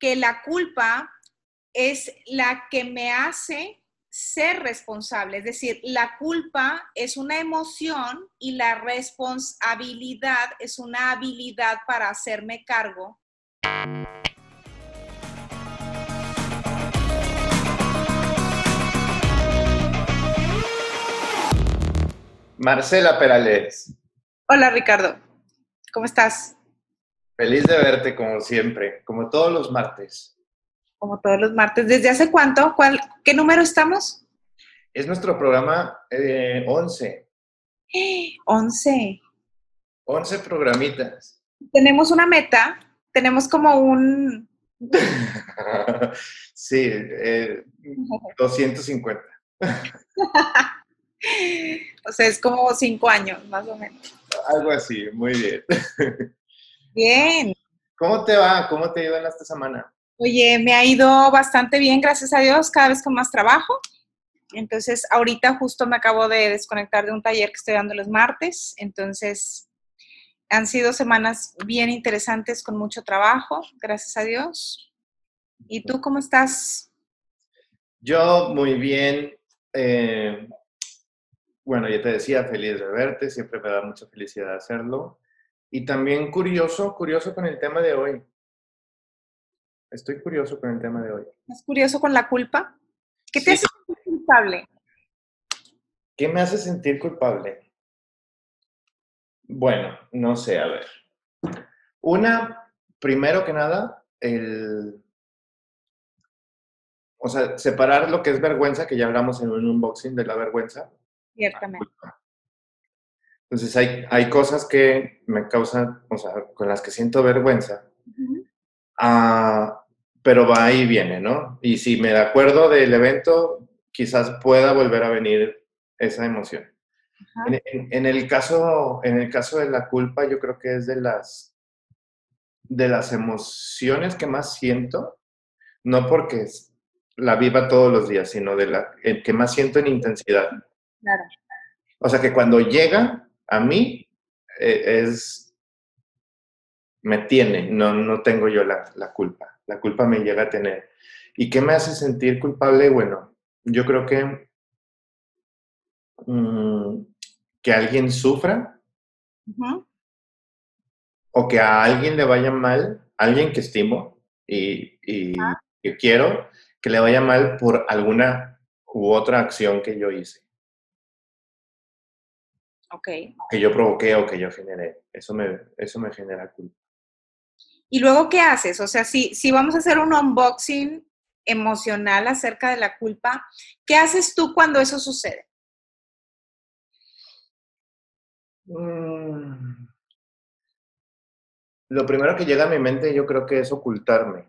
que la culpa es la que me hace ser responsable. Es decir, la culpa es una emoción y la responsabilidad es una habilidad para hacerme cargo. Marcela Perales, Hola Ricardo, ¿cómo estás? feliz de verte como siempre, como todos los martes. Como todos los martes. ¿Desde hace cuánto? ¿Qué número estamos? Es nuestro programa 11, 11. 11 programitas. Tenemos una meta, tenemos como un... Sí, 250. O sea, es como 5 años, más o menos. Algo así, muy bien. Bien. ¿Cómo te va? ¿Cómo te ha ido en esta semana? Oye, me ha ido bastante bien, gracias a Dios, cada vez con más trabajo. Entonces, ahorita justo me acabo de desconectar de un taller que estoy dando los martes. Entonces, han sido semanas bien interesantes con mucho trabajo, gracias a Dios. ¿Y tú cómo estás? Yo muy bien. Bueno, ya te decía, feliz de verte, siempre me da mucha felicidad hacerlo. Y también curioso con el tema de hoy. Estoy curioso con el tema de hoy. ¿Estás curioso con la culpa? ¿Qué te Sí, hace sentir culpable? ¿qué me hace sentir culpable? Bueno, no sé, a ver. Una, primero que nada, o sea, separar lo que es vergüenza, que ya hablamos en un unboxing de la vergüenza. Ciertamente. Entonces, hay cosas que me causan, o sea, con las que siento vergüenza, Ujú. ah, pero va y viene, ¿no? Y si me acuerdo del evento, quizás pueda volver a venir esa emoción. Ajá. En el caso de la culpa, yo creo que es de las emociones que más siento, no porque la viva todos los días, sino el que más siento en intensidad. Claro. O sea, que cuando llega a mí, me tiene, no tengo yo la culpa. La culpa me llega a tener. ¿Y qué me hace sentir culpable? Bueno, yo creo mm, que alguien sufra Ujú. o que a alguien le vaya mal, alguien que estimo y que quiero, que le vaya mal por alguna u otra acción que yo hice, Ok. que yo provoqué o que yo generé. Eso me genera culpa. ¿Y luego qué haces? O sea, si vamos a hacer un unboxing emocional acerca de la culpa, ¿qué haces tú cuando eso sucede? Mm, lo primero que llega a mi mente yo creo que es ocultarme,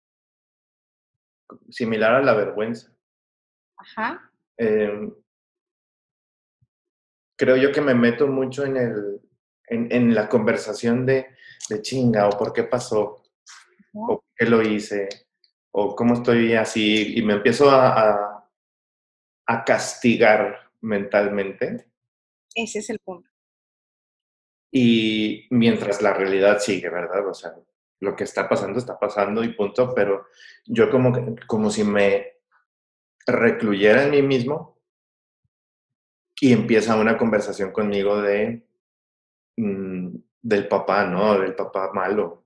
similar a la vergüenza. Ajá. Eh, creo yo que me meto mucho en la conversación de chinga, o por qué pasó, o Ajá. por qué lo hice, o cómo estoy así, y me empiezo a castigar mentalmente, Ese es el punto. y mientras la realidad sigue, ¿verdad? O sea, lo que está pasando y punto, pero yo como si me recluyera en mí mismo y empieza una conversación conmigo del papá, ¿no? Del papá malo,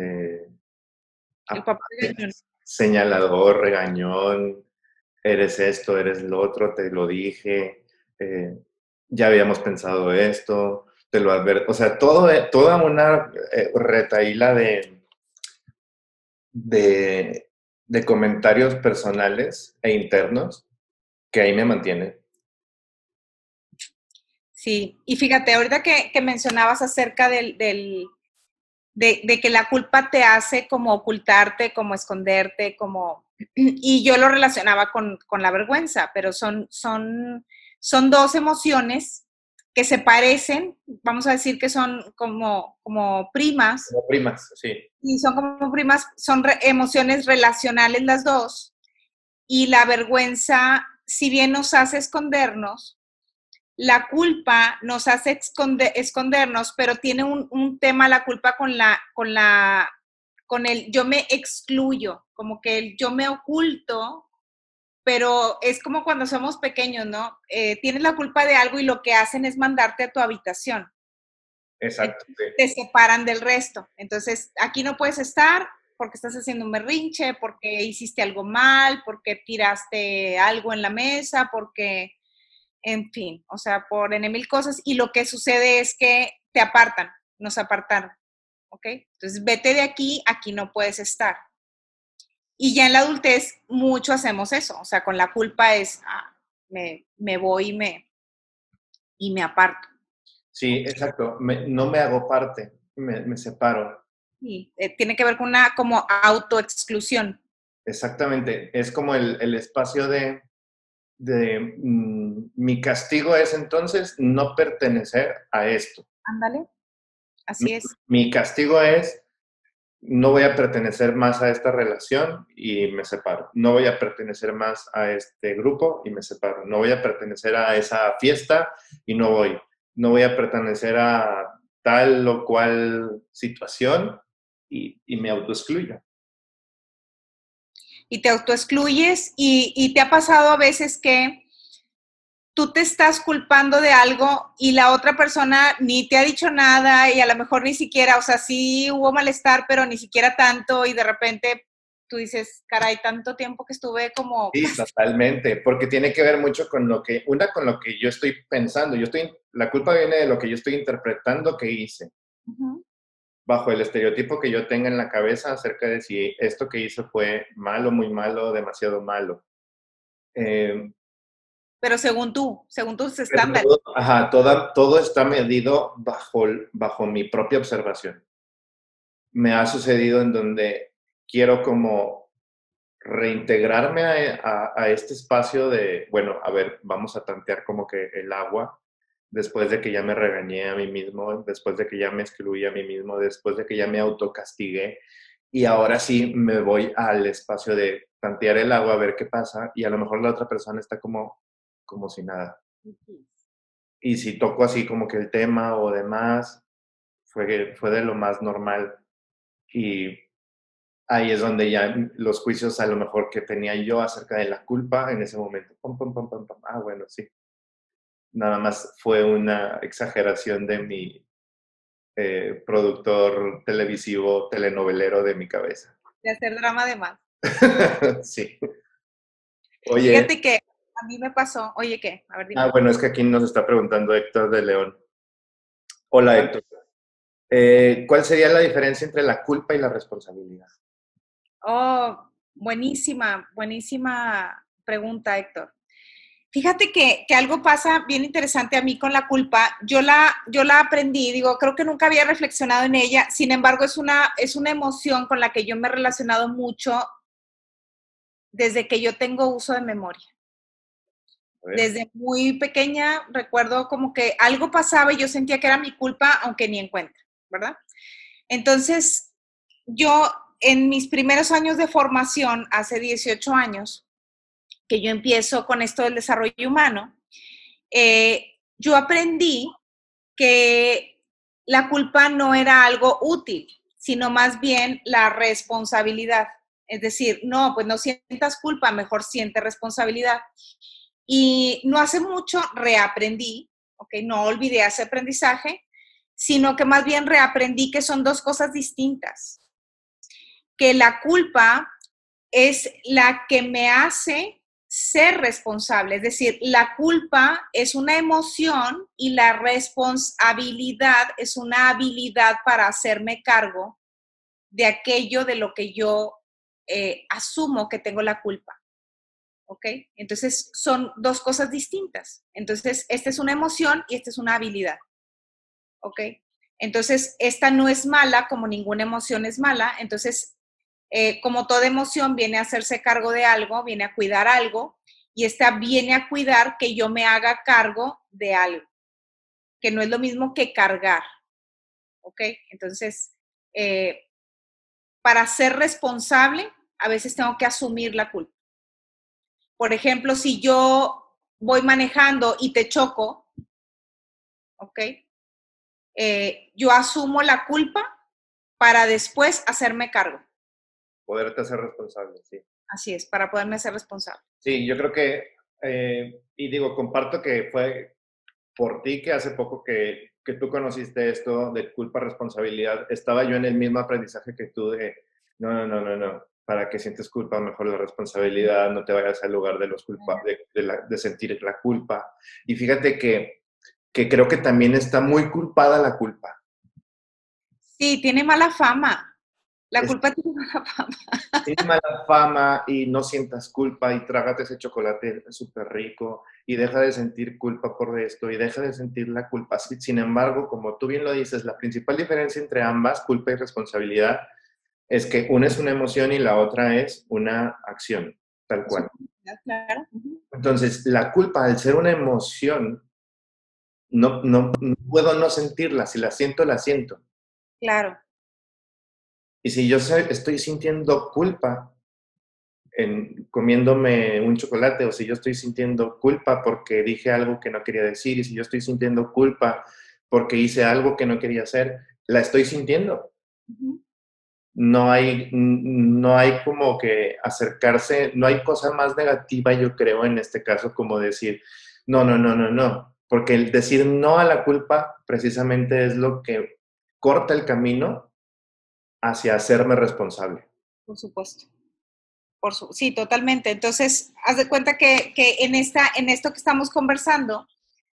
El papá regañón. señalador, regañón, eres esto, eres lo otro, te lo dije, eh, ya habíamos pensado esto, te lo adverto, o sea, toda una retahíla de, de comentarios personales e internos que ahí me mantiene. Sí, y fíjate, ahorita que mencionabas acerca de que la culpa te hace como ocultarte, como esconderte, como... Y yo lo relacionaba con la vergüenza, pero son dos emociones que se parecen, vamos a decir que son como primas, Como primas, sí. y son como primas, son emociones relacionales las dos, y la vergüenza, si bien nos hace escondernos, la culpa nos hace escondernos, pero tiene un tema la culpa con el yo me excluyo, como que el yo me oculto, pero es como cuando somos pequeños, ¿no? Tienes la culpa de algo y lo que hacen es mandarte a tu habitación. Exacto, sí. Te separan del resto. Entonces, aquí no puedes estar porque estás haciendo un berrinche, porque hiciste algo mal, porque tiraste algo en la mesa, porque, en fin, o sea, por N mil cosas. Y lo que sucede es que te apartan, nos apartaron, ¿ok? Entonces, vete de aquí, aquí no puedes estar. Y ya en la adultez, mucho hacemos eso, o sea, con la culpa es, me voy y me aparto. Sí, exacto. No me hago parte, me separo. Sí, tiene que ver con una como autoexclusión. Exactamente. Es como el espacio mi castigo es entonces no pertenecer a esto. Ándale, Mi, así es. mi castigo es no voy a pertenecer más a esta relación y me separo. No voy a pertenecer más a este grupo y me separo. No voy a pertenecer a esa fiesta y no voy. No voy a pertenecer a tal o cual situación y me autoexcluyo. Y te autoexcluyes y te ha pasado a veces que tú te estás culpando de algo y la otra persona ni te ha dicho nada y a lo mejor ni siquiera, o sea, sí hubo malestar, pero ni siquiera tanto y de repente tú dices, caray, tanto tiempo que estuve como... Sí, totalmente, porque tiene que ver mucho con con lo que yo estoy pensando. La culpa viene de lo que yo estoy interpretando que hice, Ujú. bajo el estereotipo que yo tenga en la cabeza acerca de si esto que hice fue malo, muy malo, demasiado malo. Eh, Pero según tus pero estándares. todo está medido bajo mi propia observación. Me ha sucedido en donde quiero como reintegrarme a este espacio de, bueno, a ver, vamos a tantear como que el agua, después de que ya me regañé a mí mismo, después de que ya me excluí a mí mismo, después de que ya me autocastigué, y ahora sí me voy al espacio de tantear el agua a ver qué pasa, y a lo mejor la otra persona está como si nada. Y si toco así como que el tema o demás, fue de lo más normal. Y ahí es donde ya los juicios a lo mejor que tenía yo acerca de la culpa en ese momento. Pum, pum, pum, pum, pum. Ah, bueno, sí. Nada más fue una exageración de mi productor televisivo, telenovelero de mi cabeza. De hacer drama de más. Sí. Oye, Fíjate que a mí me pasó, oye, ¿qué? A ver, dime. bueno, es que aquí nos está preguntando Héctor de León. Hola, Ajá. Héctor. ¿Cuál sería la diferencia entre la culpa y la responsabilidad? Oh, buenísima, buenísima pregunta, Héctor. Fíjate que algo pasa bien interesante a mí con la culpa. Yo la aprendí, digo, creo que nunca había reflexionado en ella. Sin embargo, es una emoción con la que yo me he relacionado mucho desde que yo tengo uso de memoria. A ver. Desde muy pequeña recuerdo como que algo pasaba y yo sentía que era mi culpa, aunque ni en cuenta, ¿verdad? Entonces, yo en mis primeros años de formación, hace 18 años, que yo empiezo con esto del desarrollo humano, yo aprendí que la culpa no era algo útil, sino más bien la responsabilidad. Es decir, no, pues no sientas culpa, mejor siente responsabilidad. Y no hace mucho reaprendí, ¿ok? No olvidé ese aprendizaje, sino que más bien reaprendí que son dos cosas distintas. Que la culpa es la que me hace ser responsable, es decir, la culpa es una emoción y la responsabilidad es una habilidad para hacerme cargo de aquello de lo que yo asumo que tengo la culpa. ¿Ok? Entonces son dos cosas distintas. Entonces, esta es una emoción y esta es una habilidad. ¿Ok? Entonces, esta no es mala como ninguna emoción es mala. Entonces, como toda emoción viene a hacerse cargo de algo, viene a cuidar algo, y esta viene a cuidar que yo me haga cargo de algo, que no es lo mismo que cargar. ¿Ok? Entonces, eh, para ser responsable, a veces tengo que asumir la culpa. Por ejemplo, si yo voy manejando y te choco, ¿ok? Yo asumo la culpa para después hacerme cargo. Poderte hacer responsable, sí. Así es, para poderme hacer responsable. Sí, yo creo que, y digo, comparto que fue por ti que hace poco que tú conociste esto de culpa, responsabilidad. Estaba yo en el mismo aprendizaje que tú de, no. Para que sientes culpa, mejor la responsabilidad, no te vayas al lugar de los de sentir la culpa. Y fíjate que creo que también está muy culpada la culpa. Sí, tiene mala fama. La culpa tiene mala fama. Tiene mala fama y no sientas culpa y trágate ese chocolate súper rico y deja de sentir culpa por esto y deja de sentir la culpa. Sin embargo, como tú bien lo dices, la principal diferencia entre ambas, culpa y responsabilidad, es que una es una emoción y la otra es una acción, tal cual. Claro. Entonces, la culpa, al ser una emoción, no puedo no sentirla. Si la siento, la siento. Claro. Y si yo estoy sintiendo culpa comiéndome un chocolate, o si yo estoy sintiendo culpa porque dije algo que no quería decir, y si yo estoy sintiendo culpa porque hice algo que no quería hacer, la estoy sintiendo. Uh-huh. No hay como que acercarse, no hay cosa más negativa, yo creo, en este caso, como decir, no, porque el decir no a la culpa precisamente es lo que corta el camino hacia hacerme responsable. Por supuesto. Sí, totalmente. Entonces, haz de cuenta que en esto que estamos conversando,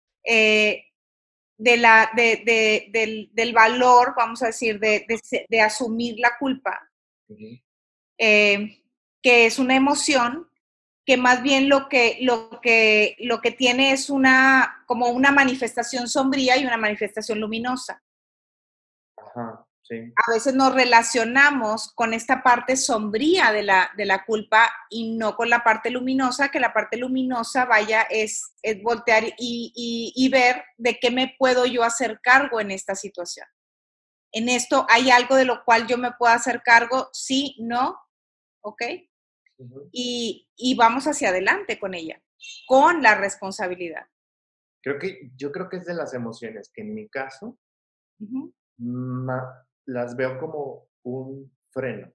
del valor, vamos a decir, de asumir la culpa, Uh-huh. Que es una emoción que más bien lo que tiene es como una manifestación sombría y una manifestación luminosa. Ajá, sí. A veces nos relacionamos con esta parte sombría de la culpa y no con la parte luminosa, que la parte luminosa es voltear y ver de qué me puedo yo hacer cargo en esta situación. En esto hay algo de lo cual yo me puedo hacer cargo, sí, no, ¿ok? Uh-huh. Y vamos hacia adelante con ella, con la responsabilidad. Yo creo que es de las emociones que en mi caso Uh-huh. las veo como un freno.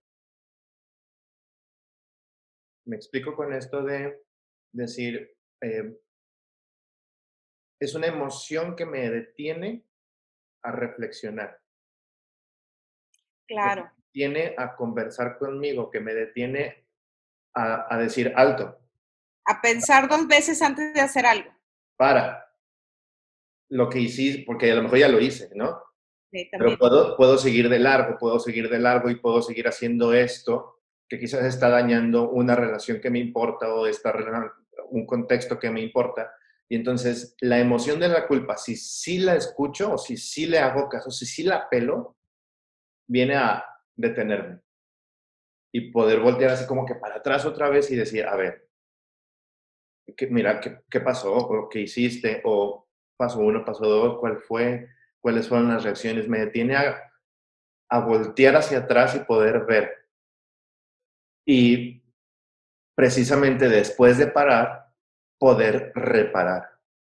Me explico con esto de decir, es una emoción que me detiene a reflexionar, que me Claro. detiene a conversar conmigo, que me detiene a decir alto, A pensar 2 veces antes de hacer algo. para lo que hiciste, porque a lo mejor ya lo hice, ¿no? Sí, Pero también. puedo seguir de largo y puedo seguir haciendo esto que quizás está dañando una relación que me importa o un contexto que me importa. Y entonces la emoción de la culpa, si sí la escucho o si sí le hago caso, si sí la apelo, viene a detenerme y poder voltear así como que para atrás otra vez y decir, a ver, mira, ¿qué pasó? ¿O qué hiciste? ¿O paso uno, paso dos? ¿Cuál fue? ¿Cuáles fueron las reacciones? Me detiene a voltear hacia atrás y poder ver. Y precisamente después de parar, poder reparar.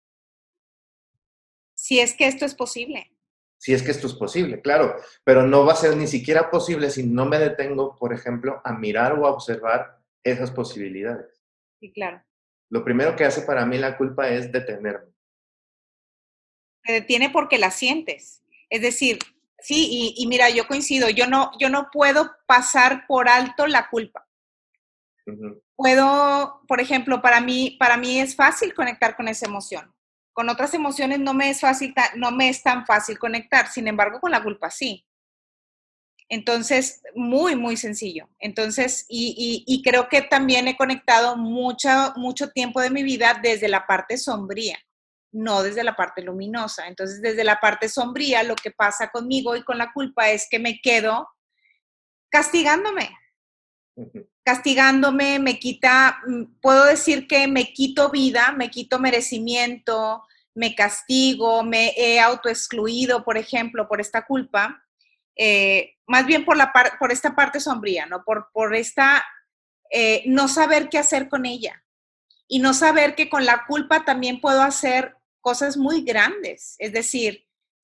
Si es que esto es posible. Si es que esto es posible, claro, pero no va a ser ni siquiera posible si no me detengo, por ejemplo, a mirar o a observar esas posibilidades. Sí, claro. Lo primero que hace para mí la culpa es detenerme. Te detiene porque la sientes. Es decir, sí, y mira, yo coincido, yo no puedo pasar por alto la culpa. Uh-huh. Puedo, por ejemplo, para mí es fácil conectar con esa emoción. Con otras emociones no me es tan fácil conectar, sin embargo, con la culpa sí. Entonces, muy sencillo. Entonces, y creo que también he conectado mucho tiempo de mi vida desde la parte sombría, no desde la parte luminosa. Entonces, desde la parte sombría, lo que pasa conmigo y con la culpa es que me quedo castigándome. Uh-huh. Castigándome, puedo decir que me quito vida, me quito merecimiento, me castigo, me he autoexcluido, por ejemplo, por esta culpa. Más bien por esta parte sombría, ¿no? Por esta no saber qué hacer con ella y no saber que con la culpa también puedo hacer cosas muy grandes. Es decir,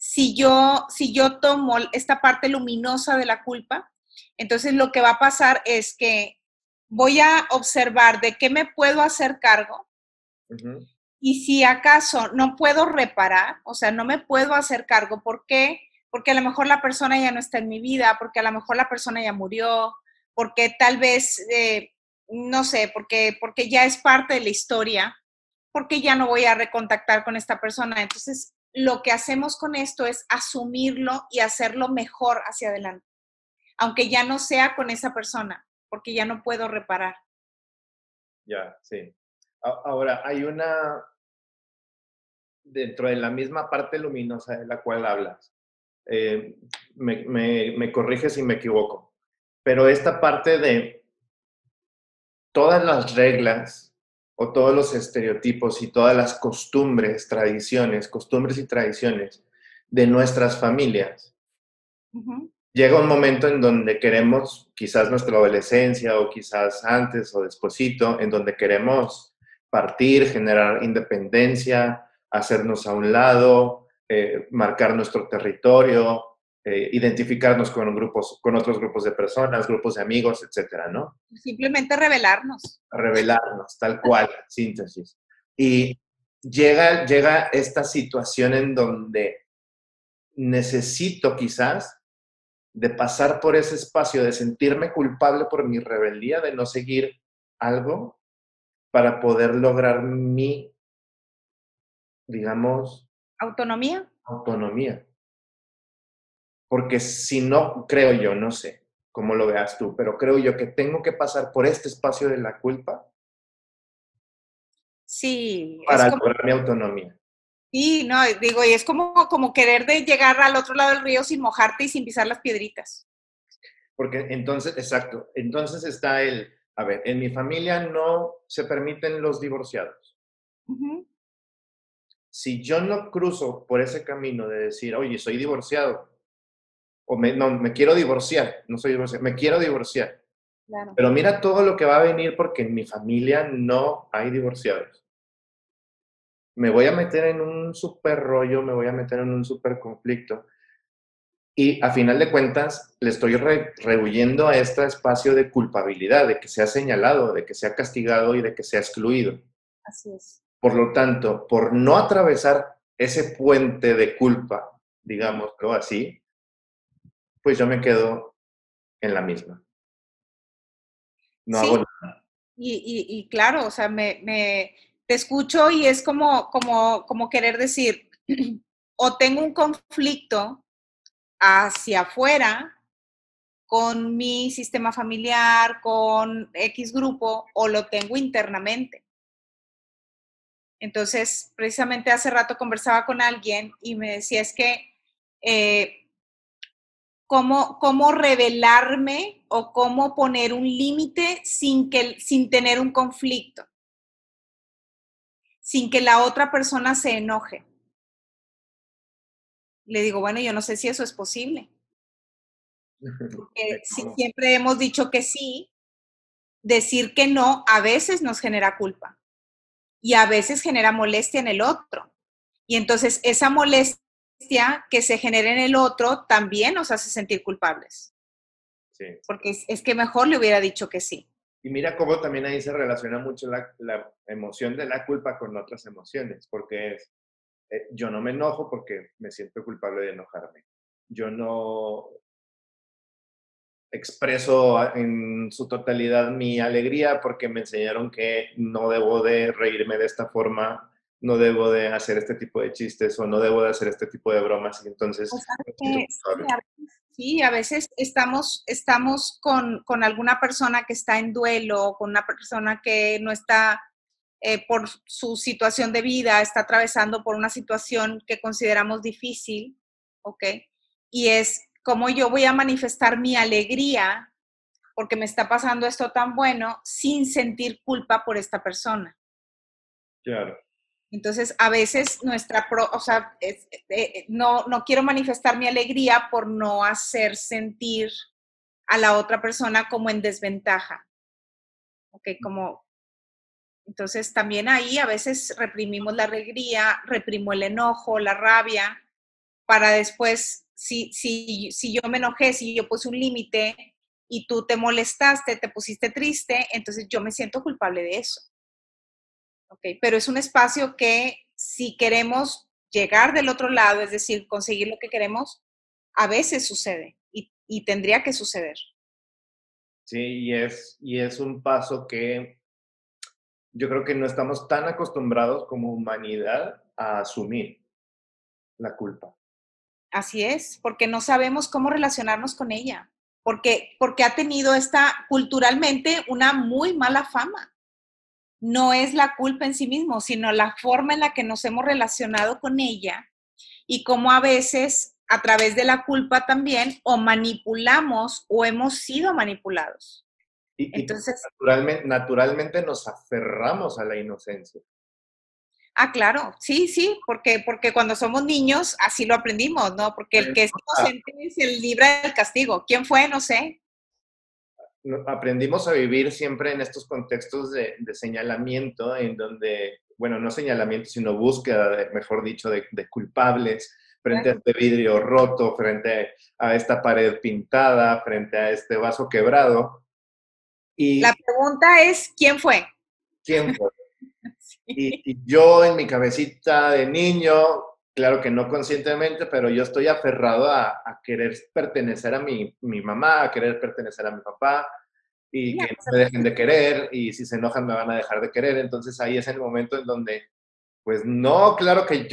si yo tomo esta parte luminosa de la culpa, entonces lo que va a pasar es que voy a observar de qué me puedo hacer cargo. Ujú. Y si acaso no puedo reparar, o sea, no me puedo hacer cargo, ¿por qué? Porque a lo mejor la persona ya no está en mi vida, porque a lo mejor la persona ya murió, porque tal vez, no sé, porque ya es parte de la historia, porque ya no voy a recontactar con esta persona. Entonces, lo que hacemos con esto es asumirlo y hacerlo mejor hacia adelante, aunque ya no sea con esa persona, porque ya no puedo reparar. Ya, sí. Ahora, hay una, dentro de la misma parte luminosa de la cual hablas, eh, me corriges si me equivoco, pero esta parte de todas las reglas o todos los estereotipos y todas las costumbres y tradiciones de nuestras familias, Ujú. llega un momento en donde queremos, quizás nuestra adolescencia o quizás antes o despuesito, en donde queremos partir, generar independencia, hacernos a un lado, marcar nuestro territorio, identificarnos con grupos, con otros grupos de personas, grupos de amigos, etcétera, ¿no? Simplemente revelarnos. Revelarnos, tal cual, síntesis. Y llega esta situación en donde necesito quizás de pasar por ese espacio, de sentirme culpable por mi rebeldía, de no seguir algo para poder lograr mi, digamos, Autonomía. autonomía. Porque si no, creo yo, no sé cómo lo veas tú, pero creo yo que tengo que pasar por este espacio de la culpa Sí, es para como, lograr mi autonomía. sí, no, digo, y es como querer de llegar al otro lado del río sin mojarte y sin pisar las piedritas. Porque entonces, exacto, entonces está a ver, en mi familia no se permiten los divorciados. Ujú. Si yo no cruzo por ese camino de decir, oye, soy divorciado, o no, me quiero divorciar, no soy divorciado, me quiero divorciar. Claro. Pero mira todo lo que va a venir porque en mi familia no hay divorciados. Me voy a meter en un súper rollo, me voy a meter en un súper conflicto. Y a final de cuentas, le estoy rehuyendo a este espacio de culpabilidad, de que sea señalado, de que sea castigado y de que sea excluido. Así es. Por lo tanto, por no atravesar ese puente de culpa, digámoslo así, pues yo me quedo en la misma. No hago Sí, nada. y claro, o sea, te escucho y es como querer decir, o tengo un conflicto hacia afuera con mi sistema familiar, con X grupo, o lo tengo internamente. Entonces, precisamente hace rato conversaba con alguien y me decía, es que, eh, ¿cómo revelarme o cómo poner un límite sin tener un conflicto, sin que la otra persona se enoje? Le digo, bueno, yo no sé si eso es posible, porque si siempre hemos dicho que sí, decir que no a veces nos genera culpa y a veces genera molestia en el otro. Y entonces esa molestia que se genera en el otro también nos hace sentir culpables, Sí. porque es que mejor le hubiera dicho que sí. Y mira cómo también ahí se relaciona mucho la emoción de la culpa con otras emociones, porque es, yo no me enojo porque me siento culpable de enojarme. Yo no expreso en su totalidad mi alegría porque me enseñaron que no debo de reírme de esta forma, no debo de hacer este tipo de chistes o no debo de hacer este tipo de bromas y O entonces sea, me siento sí, culpable. sí, a veces estamos con alguna persona que está en duelo, con una persona que no está, por su situación de vida, está atravesando por una situación que consideramos difícil, ¿ok? Y es cómo yo voy a manifestar mi alegría porque me está pasando esto tan bueno sin sentir culpa por esta persona. Claro. Entonces, a veces o sea, no quiero manifestar mi alegría por no hacer sentir a la otra persona como en desventaja. ¿Ok? Entonces, también ahí a veces reprimimos la alegría, reprimo el enojo, la rabia, para después, si yo me enojé, si yo puse un límite y tú te molestaste, te pusiste triste, entonces yo me siento culpable de eso. ¿Ok? Pero es un espacio que si queremos llegar del otro lado, es decir, conseguir lo que queremos, a veces sucede y tendría que suceder. Sí, y es un paso que yo creo que no estamos tan acostumbrados como humanidad a asumir la culpa. Así es, porque no sabemos cómo relacionarnos con ella, porque ha tenido culturalmente una muy mala fama. No es la culpa en sí mismo, sino la forma en la que nos hemos relacionado con ella y cómo a veces a través de la culpa también o manipulamos o hemos sido manipulados. Y Entonces, naturalmente nos aferramos a la inocencia. claro, sí, sí, porque cuando somos niños así lo aprendimos, ¿no? Porque el que es inocente es el libre del castigo. ¿Quién fue? No sé. Aprendimos a vivir siempre en estos contextos de señalamiento, en donde, bueno, no señalamiento, sino búsqueda, mejor dicho, de culpables, frente a Claro. este vidrio roto, frente a esta pared pintada, frente a este vaso quebrado. La ¿Y pregunta es, ¿quién fue? quién fue? Sí. Y yo en mi cabecita de niño, claro que no conscientemente, pero yo estoy aferrado a querer pertenecer a mi mamá, a querer pertenecer a mi papá, y Ya, que no me dejen de querer, y si se enojan me van a dejar de querer. Entonces ahí es el momento en donde, pues no, claro que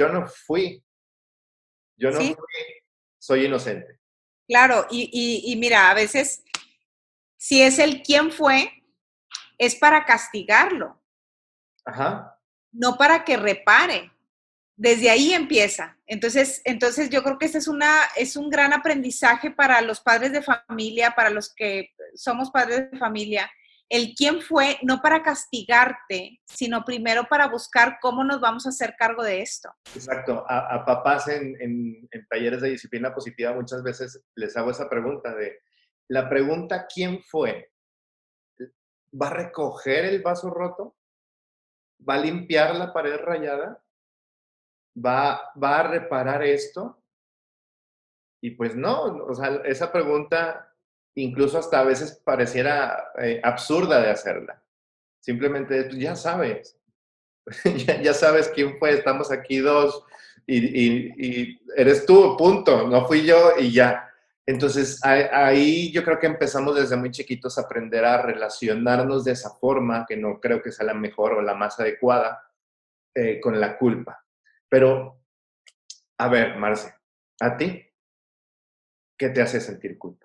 yo no sí, fui, soy inocente. claro. Y mira, a veces, si es el quién fue, es para castigarlo, Ajá, no para que repare. Desde ahí empieza. Entonces yo creo que este es un gran aprendizaje para los padres de familia, para los que somos padres de familia. El quién fue, no para castigarte, sino primero para buscar cómo nos vamos a hacer cargo de esto. exacto. A papás en talleres de disciplina positiva muchas veces les hago esa pregunta de, la pregunta ¿quién fue? ¿Va a recoger el vaso roto? ¿Va a limpiar la pared rayada? ¿Va a reparar esto? Y pues no, o sea, esa pregunta incluso hasta a veces pareciera absurda de hacerla. Simplemente, pues, ya sabes, ya sabes quién fue, estamos aquí dos y eres tú, punto, no fui yo y ya. Entonces ahí yo creo que empezamos desde muy chiquitos a aprender a relacionarnos de esa forma, que no creo que sea la mejor o la más adecuada, con la culpa. Pero, a ver, Marce, ¿a ti qué te hace sentir culpa?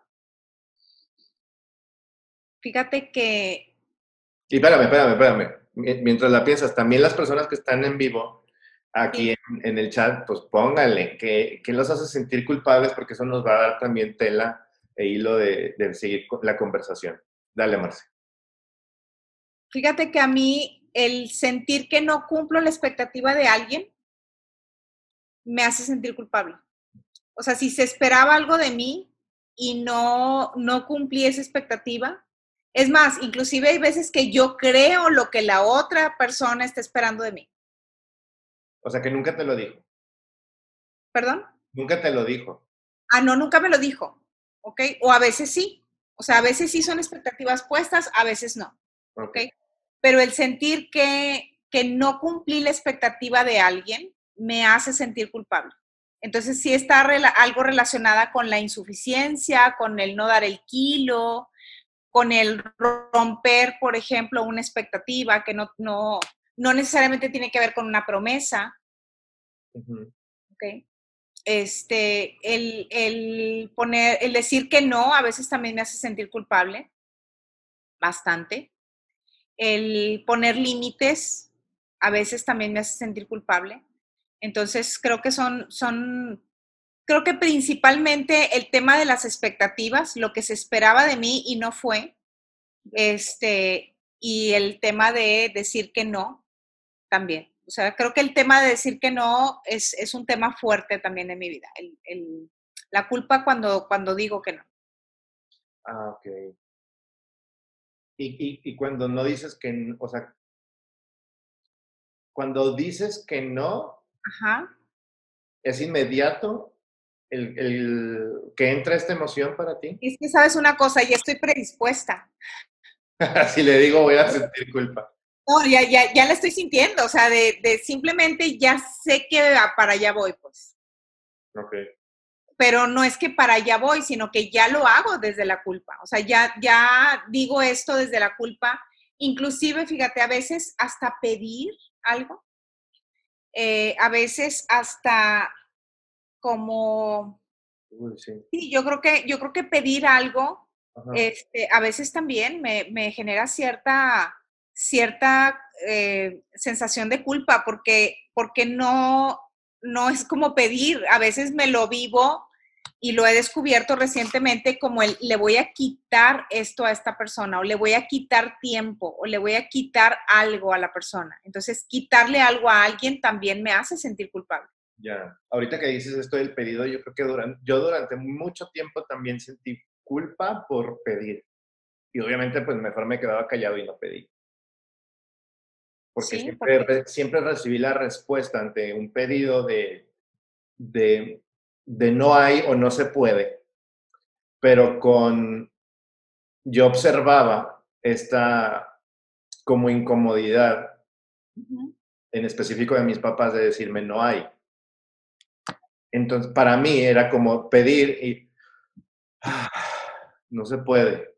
Fíjate que, Y espérame. Mientras la piensas, también las personas que están en vivo aquí sí, en el chat, pues pónganle que los hace sentir culpables porque eso nos va a dar también tela e hilo de seguir con la conversación. Dale, Marce. fíjate que a mí el sentir que no cumplo la expectativa de alguien me hace sentir culpable. O sea, si se esperaba algo de mí y no cumplí esa expectativa, es más, inclusive hay veces que yo creo lo que la otra persona está esperando de mí. O sea, que nunca te lo dijo. ¿Perdón? Nunca te lo dijo. No, nunca me lo dijo. ¿Ok? O a veces sí. O sea, a veces sí son expectativas puestas, a veces no. ¿Ok? Ok. Pero el sentir que no cumplí la expectativa de alguien me hace sentir culpable. Entonces sí está algo relacionada con la insuficiencia, con el no dar el kilo, con el romper, por ejemplo, una expectativa que no necesariamente tiene que ver con una promesa, Ujú. ¿ok? El decir que no a veces también me hace sentir culpable, bastante. El poner límites a veces también me hace sentir culpable. Entonces, creo que principalmente el tema de las expectativas, lo que se esperaba de mí y no fue, y el tema de decir que no también. O sea, creo que el tema de decir que no es un tema fuerte también en mi vida. La culpa cuando digo que no. Ah, ok. Y cuando no dices que, o sea, cuando dices que no, Ajá. ¿es inmediato que entra esta emoción para ti. Es que sabes una cosa, ya estoy predispuesta. Si le digo, voy a sentir culpa. No, ya la estoy sintiendo, o sea, de simplemente ya sé que para allá voy, pues. Ok. Pero no es que para allá voy, sino que ya lo hago desde la culpa. O sea, ya digo esto desde la culpa. Inclusive, fíjate, a veces hasta pedir algo, a veces hasta como, Uy, sí. sí, yo creo que pedir algo, Ajá. a veces también me genera cierta sensación de culpa, porque no es como pedir, a veces me lo vivo y lo he descubierto recientemente como le voy a quitar esto a esta persona, o le voy a quitar tiempo, o le voy a quitar algo a la persona. Entonces, quitarle algo a alguien también me hace sentir culpable. Ya. Ahorita que dices esto del pedido, yo creo que yo durante mucho tiempo también sentí culpa por pedir. Y obviamente, pues mejor me quedaba callado y no pedí. Porque Sí, porque siempre recibí la respuesta ante un pedido de, de no hay o no se puede. Pero yo observaba esta como incomodidad, ujú, en específico de mis papás, de decirme no hay. Entonces, para mí era como pedir y no se puede.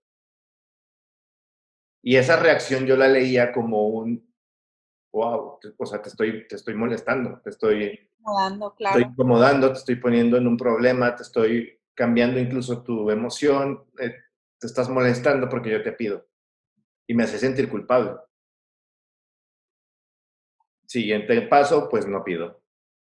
Y esa reacción yo la leía como wow, o sea, te estoy molestando, dando, te estoy claro. incomodando, te estoy poniendo en un problema, te estoy cambiando incluso tu emoción, te estás molestando porque yo te pido. Y me hace sentir culpable. Siguiente paso, pues no pido.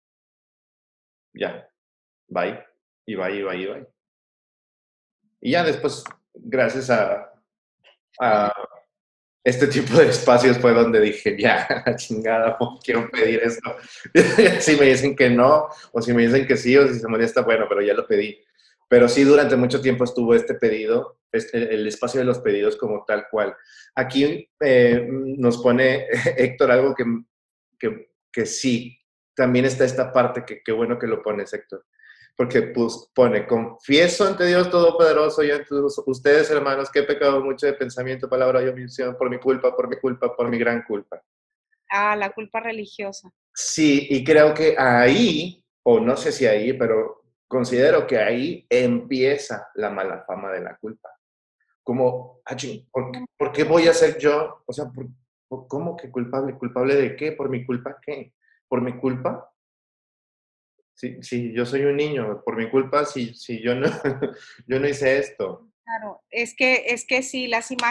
Ya, bye. Y bye, y bye, y bye. Y ya después, gracias a este tipo de espacios fue donde dije, ya, la chingada, no quiero pedir esto. Si me dicen que no, o si me dicen que sí, o si se molesta, bueno, pero ya lo pedí. Pero sí, durante mucho tiempo estuvo este pedido, el espacio de los pedidos como tal cual. Aquí nos pone Héctor algo que sí, también está esta parte que qué bueno que lo pones, Héctor. Porque pues, pone, confieso ante Dios Todopoderoso y ante ustedes, hermanos, que he pecado mucho de pensamiento, palabra y omisión por mi culpa, por mi culpa, por mi gran culpa. Ah, la culpa religiosa. Sí, y creo que ahí, o no sé si ahí, pero considero que ahí empieza la mala fama de la culpa. Como, ¿por qué voy a ser yo? O sea, ¿cómo que culpable? ¿Culpable de qué? ¿Por mi culpa qué? ¿Por mi culpa? Si yo soy un niño, por mi culpa, si yo no, yo no hice esto. Claro, es que sí,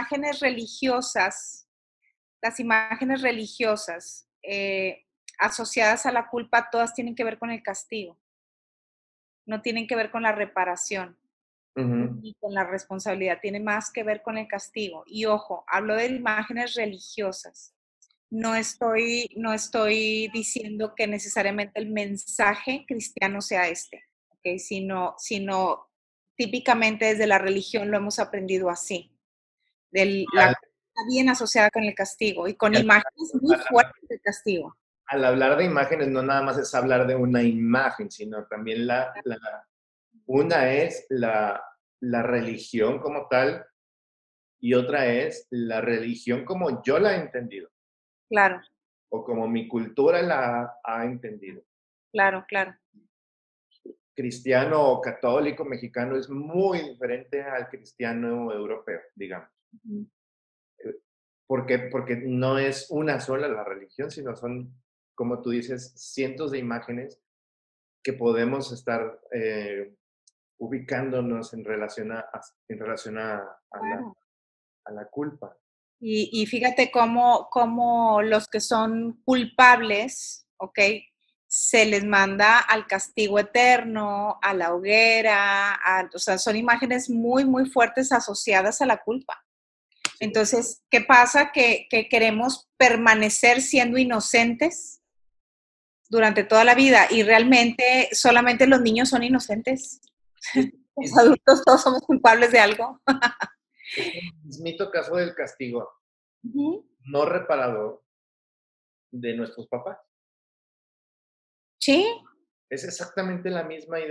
las imágenes religiosas asociadas a la culpa, todas tienen que ver con el castigo, no tienen que ver con la reparación Ujú. ni con la responsabilidad, tiene más que ver con el castigo. Y ojo, hablo de imágenes religiosas. No estoy diciendo que necesariamente el mensaje cristiano sea este, ¿ok? Sino típicamente desde la religión lo hemos aprendido así, la Al, culpa bien asociada con el castigo y con al- imágenes muy fuertes de castigo. al hablar de imágenes, no nada más es hablar de una imagen, sino también una es la religión como tal y otra es la religión como yo la he entendido Claro, o como mi cultura la ha entendido. claro, claro. Cristiano o católico mexicano es muy diferente al cristiano europeo, digamos. Ujú. ¿Por qué? Porque no es una sola la religión, sino son, como tú dices, cientos de imágenes que podemos estar ubicándonos en relación Claro. a la culpa. Y fíjate cómo los que son culpables, ¿ok? Se les manda al castigo eterno, a la hoguera, o sea, son imágenes muy, muy fuertes asociadas a la culpa. Sí, Entonces, ¿qué pasa? Que queremos permanecer siendo inocentes durante toda la vida y realmente solamente los niños son inocentes. Los es adultos todos somos culpables de algo. el mismito caso del castigo Ujú. no reparado de nuestros papás. Sí, Es exactamente la misma idea.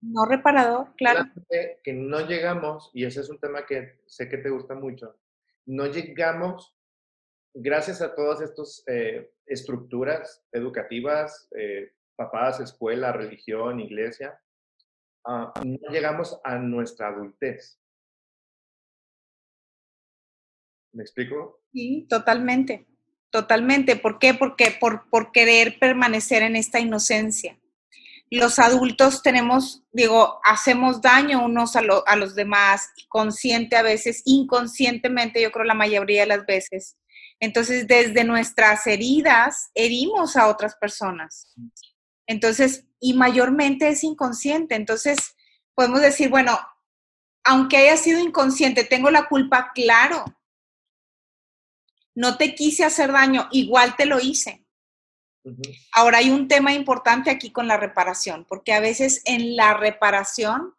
No reparador, claro. Solamente que no llegamos, y ese es un tema que sé que te gusta mucho, no llegamos, gracias a todas estas estructuras educativas, papás, escuela, religión, iglesia, no llegamos a nuestra adultez. ¿Me explico? Sí, totalmente, totalmente. ¿Por qué? Porque por querer permanecer en esta inocencia. Los adultos tenemos, digo, hacemos daño unos a los demás, consciente a veces, inconscientemente, yo creo la mayoría de las veces. Entonces, desde nuestras heridas, herimos a otras personas. Entonces, y mayormente es inconsciente. Entonces, podemos decir, bueno, aunque haya sido inconsciente, tengo la culpa, claro, no te quise hacer daño, igual te lo hice. Ujú. Ahora hay un tema importante aquí con la reparación, porque a veces en la reparación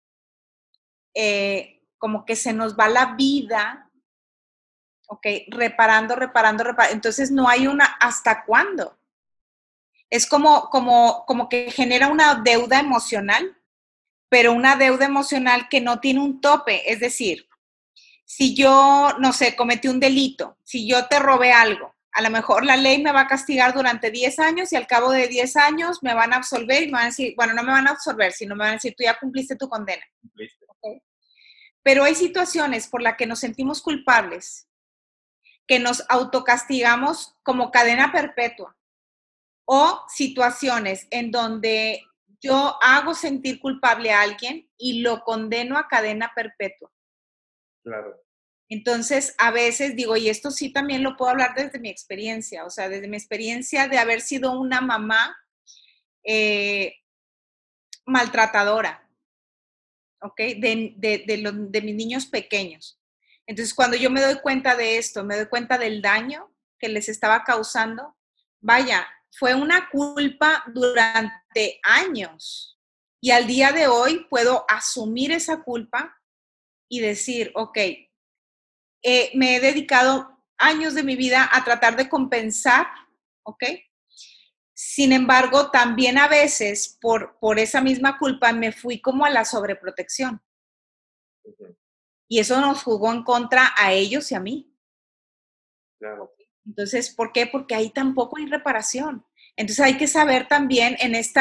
como que se nos va la vida, ¿ok? Reparando. Entonces no hay una hasta cuándo. Es como que genera una deuda emocional, pero una deuda emocional que no tiene un tope. Es decir, si yo, no sé, cometí un delito, si yo te robé algo, a lo mejor la ley me va a castigar durante 10 años y al cabo de 10 años me van a absolver y me van a decir, bueno, no me van a absolver, sino me van a decir, tú ya cumpliste tu condena. Listo. ¿Okay? Pero hay situaciones por las que nos sentimos culpables, que nos autocastigamos como cadena perpetua, o situaciones en donde yo hago sentir culpable a alguien y lo condeno a cadena perpetua. Claro. Entonces, a veces digo, y esto sí también lo puedo hablar desde mi experiencia, o sea, desde mi experiencia de haber sido una mamá eh, maltratadora, ¿ok? De mis niños pequeños. Entonces, cuando yo me doy cuenta de esto, me doy cuenta del daño que les estaba causando, vaya, fue una culpa durante años. Y al día de hoy puedo asumir esa culpa y decir, ok, me he dedicado años de mi vida a tratar de compensar, ¿ok? Sin embargo, también a veces por esa misma culpa me fui como a la sobreprotección. Ujú. Y eso nos jugó en contra a ellos y a mí. Claro. Entonces, ¿por qué? Porque ahí tampoco hay reparación. Entonces hay que saber también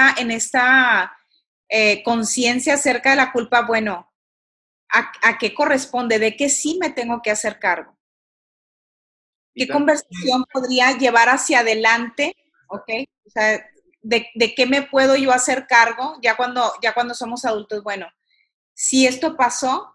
en esta conciencia acerca de la culpa, bueno, ¿a qué corresponde? ¿De qué sí me tengo que hacer cargo? Y ¿Qué también, conversación podría llevar hacia adelante? ¿Ok? O sea, de qué me puedo yo hacer cargo ya cuando somos adultos? Bueno, si esto pasó,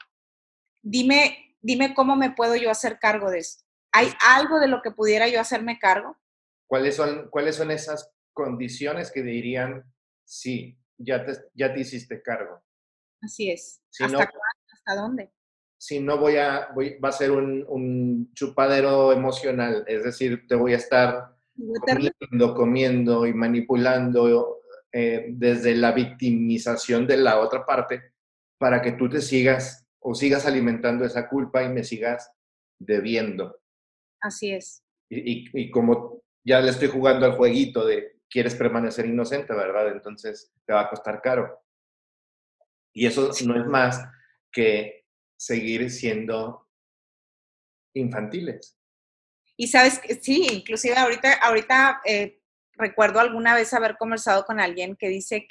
dime cómo me puedo yo hacer cargo de esto. ¿Hay algo de lo que pudiera yo hacerme cargo? cuáles son esas condiciones que dirían, sí, ya te hiciste cargo? Así es. Si ¿Hasta no, cuándo? ¿Hasta dónde? si no va a ser un chupadero emocional, es decir, te voy a estar Eterno. comiendo y manipulando desde la victimización de la otra parte para que tú te sigas o sigas alimentando esa culpa y me sigas debiendo. Así es. Y como ya le estoy jugando al jueguito de quieres permanecer inocente, ¿verdad? Entonces te va a costar caro. Y eso Sí. no es más que seguir siendo infantiles. Y sabes, sí, inclusive ahorita recuerdo alguna vez haber conversado con alguien que dice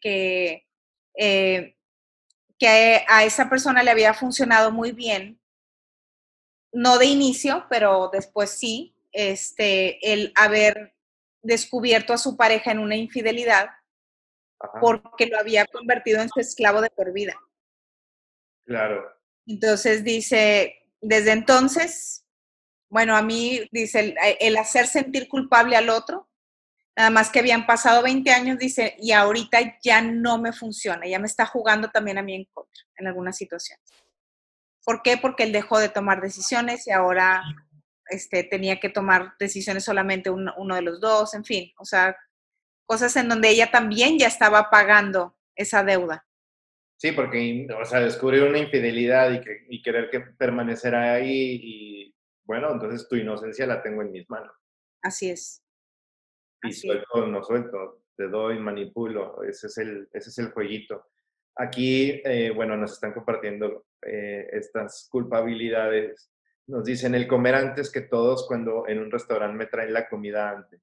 eh, que a esa persona le había funcionado muy bien, no de inicio, pero después sí, el haber descubierto a su pareja en una infidelidad Ajá, porque lo había convertido en su esclavo de por vida. claro. Entonces dice, desde entonces, bueno, a mí dice el hacer sentir culpable al otro, nada más que habían pasado 20 años, dice, y ahorita ya no me funciona, ya me está jugando también a mí en contra en algunas situaciones. ¿Por qué? Porque él dejó de tomar decisiones y ahora tenía que tomar decisiones solamente uno de los dos, en fin, o sea, cosas en donde ella también ya estaba pagando esa deuda. Sí, porque, o sea, descubrir una infidelidad y querer que permanecer ahí y, bueno, entonces tu inocencia la tengo en mis manos. Así es, Y así es. suelto o no suelto, te doy, manipulo, ese es el jueguito. Aquí, bueno, nos están compartiendo estas culpabilidades. Nos dicen el comer antes que todos cuando en un restaurante me traen la comida antes.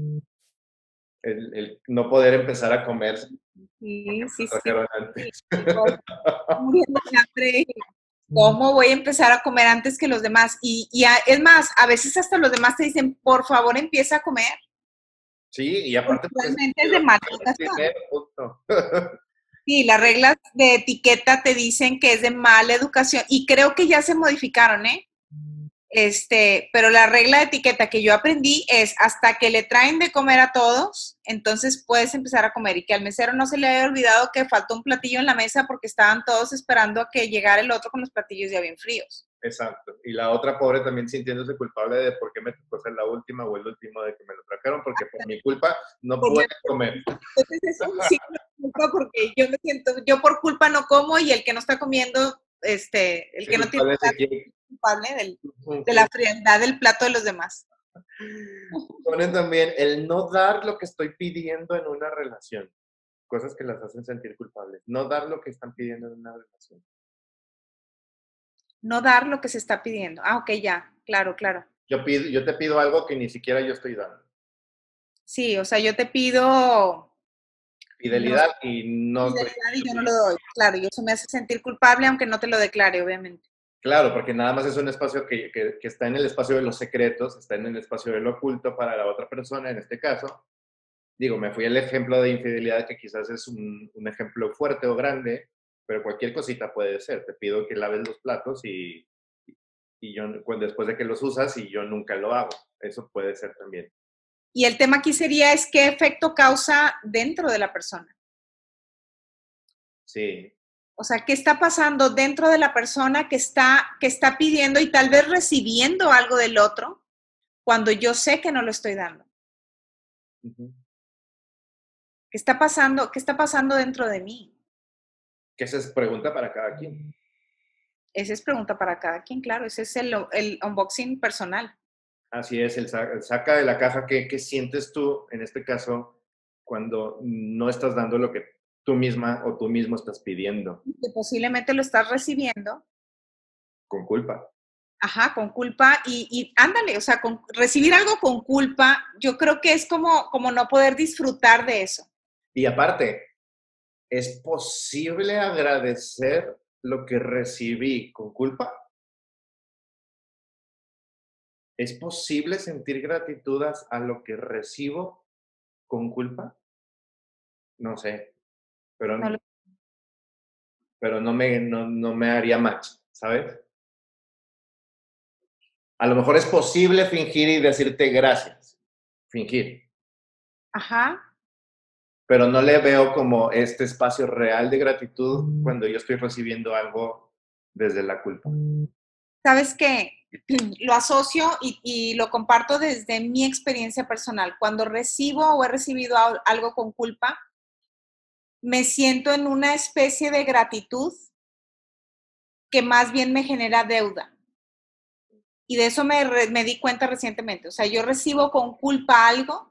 El no poder empezar a comer Sí, sí, lo sí. trajeron Sí, antes. igual, muriendo de hambre. ¿Cómo voy a empezar a comer antes que los demás? Es más, a veces hasta los demás te dicen, por favor, empieza a comer. Sí, y aparte pues Realmente es de mala educación. dinero, punto. Sí, las reglas de etiqueta te dicen que es de mala educación y creo que ya se modificaron, ¿eh? Pero la regla de etiqueta que yo aprendí es hasta que le traen de comer a todos, entonces puedes empezar a comer y que al mesero no se le haya olvidado que faltó un platillo en la mesa porque estaban todos esperando a que llegara el otro con los platillos ya bien fríos. Exacto. Y la otra pobre también sintiéndose culpable de por qué me tocó ser la última o el último de que me lo trajeron, porque por mi culpa no pude comer. Entonces es un ciclo de culpa porque yo me siento, yo por culpa no como y el que no está comiendo, el que no tiene Culpable de plato que es culpable de la frialdad del plato de los demás. ponen también el no dar lo que estoy pidiendo en una relación. Cosas que las hacen sentir culpables. No dar lo que están pidiendo en una relación. No dar lo que se está pidiendo. Ah, ok, ya, claro, claro. Yo te pido algo que ni siquiera yo estoy dando. Sí, o sea, yo te pido, no sé, Fidelidad y no estoy fidelidad y yo no lo doy. Claro, y eso me hace sentir culpable aunque no te lo declare, obviamente. claro, porque nada más es un espacio que está en el espacio de los secretos, está en el espacio de lo oculto para la otra persona, en este caso. Digo, me fui al ejemplo de infidelidad, que quizás es un ejemplo fuerte o grande, pero cualquier cosita puede ser. Te pido que laves los platos y yo, después de que los usas y yo nunca lo hago. Eso puede ser también. Y el tema aquí sería es qué efecto causa dentro de la persona. Sí, O sea, ¿qué está pasando dentro de la persona que está pidiendo y tal vez recibiendo algo del otro cuando yo sé que no lo estoy dando? ujú. ¿Qué está pasando? ¿Qué está pasando dentro de mí? Que esa es pregunta para cada quien. Esa es pregunta para cada quien, claro. Ese es el unboxing personal. Así es, el saca de la caja. ¿Qué sientes tú, en este caso, cuando no estás dando lo que tú misma o tú mismo estás pidiendo? Que posiblemente lo estás recibiendo, Con culpa. ajá, con culpa y ándale, o sea, recibir algo con culpa, yo creo que es como no poder disfrutar de eso. Y aparte, ¿es posible agradecer lo que recibí con culpa? ¿Es posible sentir gratitud a lo que recibo con culpa? No sé, pero, No lo- pero no me haría match, ¿sabes? A lo mejor es posible fingir y decirte gracias, fingir, Ajá. pero no le veo como este espacio real de gratitud cuando yo estoy recibiendo algo desde la culpa. ¿Sabes qué? Lo asocio y lo comparto desde mi experiencia personal. Cuando recibo o he recibido algo con culpa, me siento en una especie de gratitud que más bien me genera deuda. Y de eso me di cuenta recientemente. O sea, yo recibo con culpa algo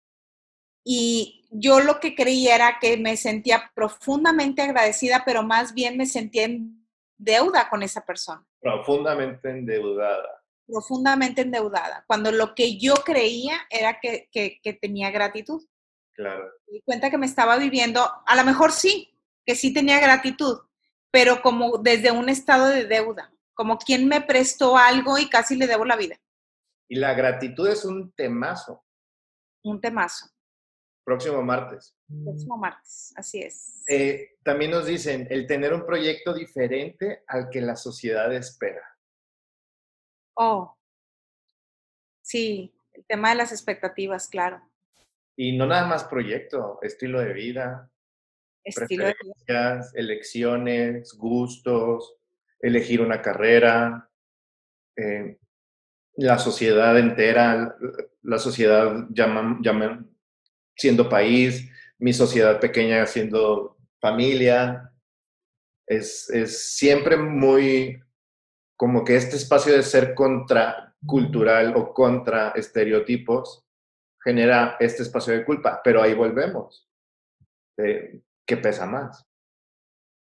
y yo lo que creía era que me sentía profundamente agradecida, pero más bien me sentía en deuda con esa persona, Profundamente endeudada, profundamente endeudada, cuando lo que yo creía era que tenía gratitud. claro. Me di cuenta que me estaba viviendo, a lo mejor sí, que sí tenía gratitud, pero como desde un estado de deuda, como quien me prestó algo y casi le debo la vida. Y la gratitud es un temazo. Un temazo. Próximo martes. Próximo martes, así es. También nos dicen el tener un proyecto diferente al que la sociedad espera. Oh, sí, el tema de las expectativas, claro. Y no nada más proyecto, estilo de vida, Estilo de vida. preferencias, elecciones, gustos, elegir una carrera, eh, la sociedad entera, la sociedad siendo país, mi sociedad pequeña siendo familia. Es siempre muy como que este espacio de ser contracultural o contra estereotipos genera este espacio de culpa, pero ahí volvemos. ¿Qué pesa más?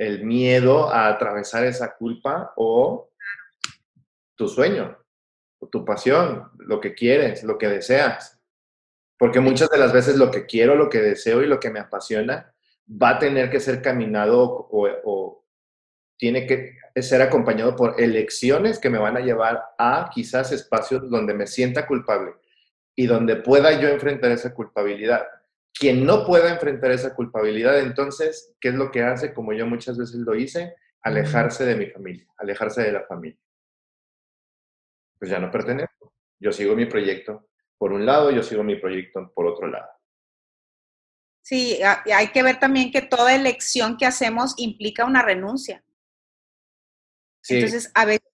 el miedo a atravesar esa culpa o tu sueño, o tu pasión, lo que quieres, lo que deseas. Porque muchas de las veces lo que quiero, lo que deseo y lo que me apasiona va a tener que ser caminado o tiene que ser acompañado por elecciones que me van a llevar a quizás espacios donde me sienta culpable y donde pueda yo enfrentar esa culpabilidad. Quien no pueda enfrentar esa culpabilidad, entonces, ¿qué es lo que hace? Como yo muchas veces lo hice, alejarse de mi familia, alejarse de la familia. Pues ya no pertenezco. Yo sigo mi proyecto por un lado, yo sigo mi proyecto por otro lado. Sí, hay que ver también que toda elección que hacemos implica una renuncia. Sí. Entonces, a veces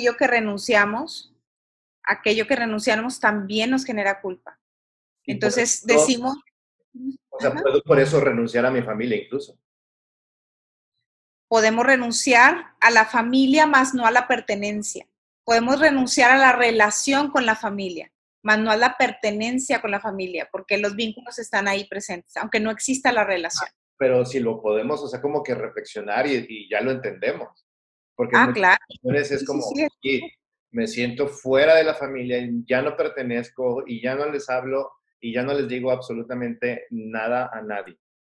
aquello que renunciamos también nos genera culpa. Entonces, decimos... O sea, puedo por eso renunciar a mi familia incluso. Podemos renunciar a la familia, más no a la pertenencia. Podemos renunciar a la relación con la familia, más no a la pertenencia con la familia, porque los vínculos están ahí presentes, aunque no exista la relación. Pero si lo podemos, o sea, como que reflexionar y ya lo entendemos. Porque Claro. muchas veces es como, sí, me siento fuera de la familia, ya no pertenezco y ya no les hablo y ya no les digo absolutamente nada a nadie.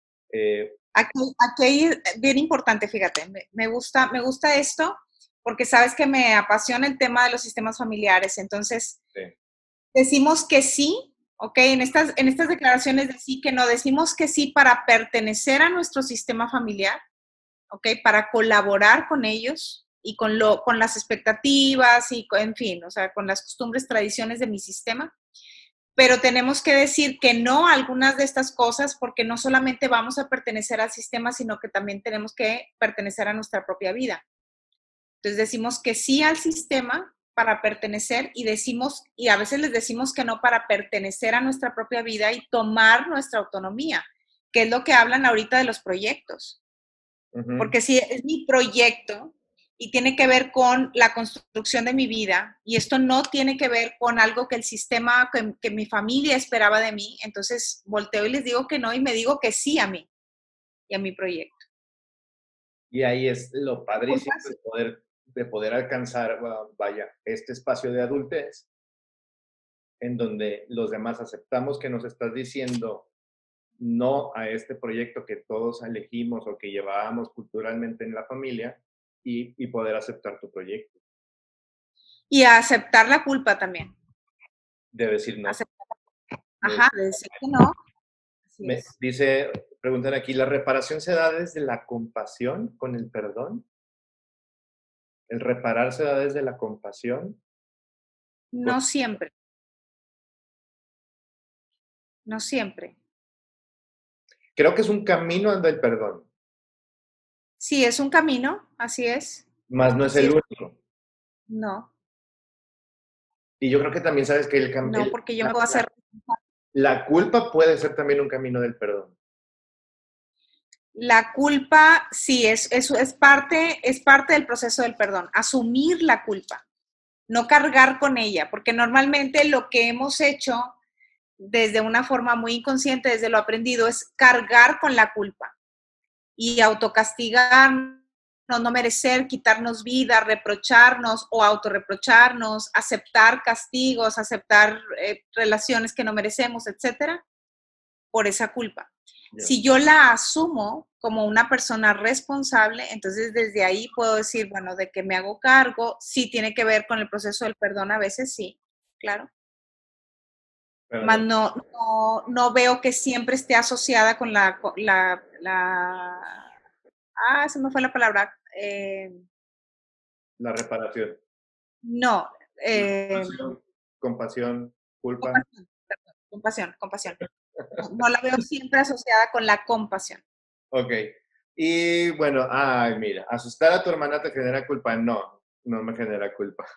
Aquí es bien importante, fíjate, me gusta esto porque sabes que me apasiona el tema de los sistemas familiares. Entonces, sí, decimos que sí, ¿ok? En estas declaraciones de sí que no, decimos que sí para pertenecer a nuestro sistema familiar, ¿ok? Para colaborar con ellos y con las expectativas y, en fin, o sea, con las costumbres, tradiciones de mi sistema. Pero tenemos que decir que no a algunas de estas cosas porque no solamente vamos a pertenecer al sistema, sino que también tenemos que pertenecer a nuestra propia vida. Entonces decimos que sí al sistema para pertenecer y a veces les decimos que no para pertenecer a nuestra propia vida y tomar nuestra autonomía, que es lo que hablan ahorita de los proyectos. Uh-huh. Porque si es mi proyecto y tiene que ver con la construcción de mi vida y esto no tiene que ver con algo que el sistema, que mi familia esperaba de mí, entonces volteo y les digo que no y me digo que sí a mí y a mi proyecto. Y ahí es lo padrísimo de poder alcanzar, vaya, este espacio de adultez en donde los demás aceptamos que nos estás diciendo no a este proyecto que todos elegimos o que llevábamos culturalmente en la familia y poder aceptar tu proyecto. Y a aceptar la culpa también. De decir no. Ajá, de decir que no. Dice, preguntan aquí, ¿la reparación se da desde la compasión con el perdón? ¿El reparar se da desde la compasión? No siempre. No siempre. Creo que es un camino del perdón. Sí, es un camino, así es. Más no es el único. No. Y yo creo que también sabes que no, porque yo me puedo hacer... La culpa puede ser también un camino del perdón. La culpa, sí, es parte del proceso del perdón. Asumir la culpa, no cargar con ella, porque normalmente lo que hemos hecho desde una forma muy inconsciente, desde lo aprendido, es cargar con la culpa y autocastigarnos, no merecer, quitarnos vida, reprocharnos o autorreprocharnos, aceptar castigos, aceptar relaciones que no merecemos, etcétera, por esa culpa. Yeah. Si yo la asumo como una persona responsable, entonces desde ahí puedo decir, bueno, de que me hago cargo, sí tiene que ver con el proceso del perdón, a veces sí, claro. Más no veo que siempre esté asociada con se me fue la palabra. La reparación. No. Compasión, culpa. Compasión. No la veo siempre asociada con la compasión. Ok. Y bueno, mira, asustar a tu hermana te genera culpa. No, no me genera culpa.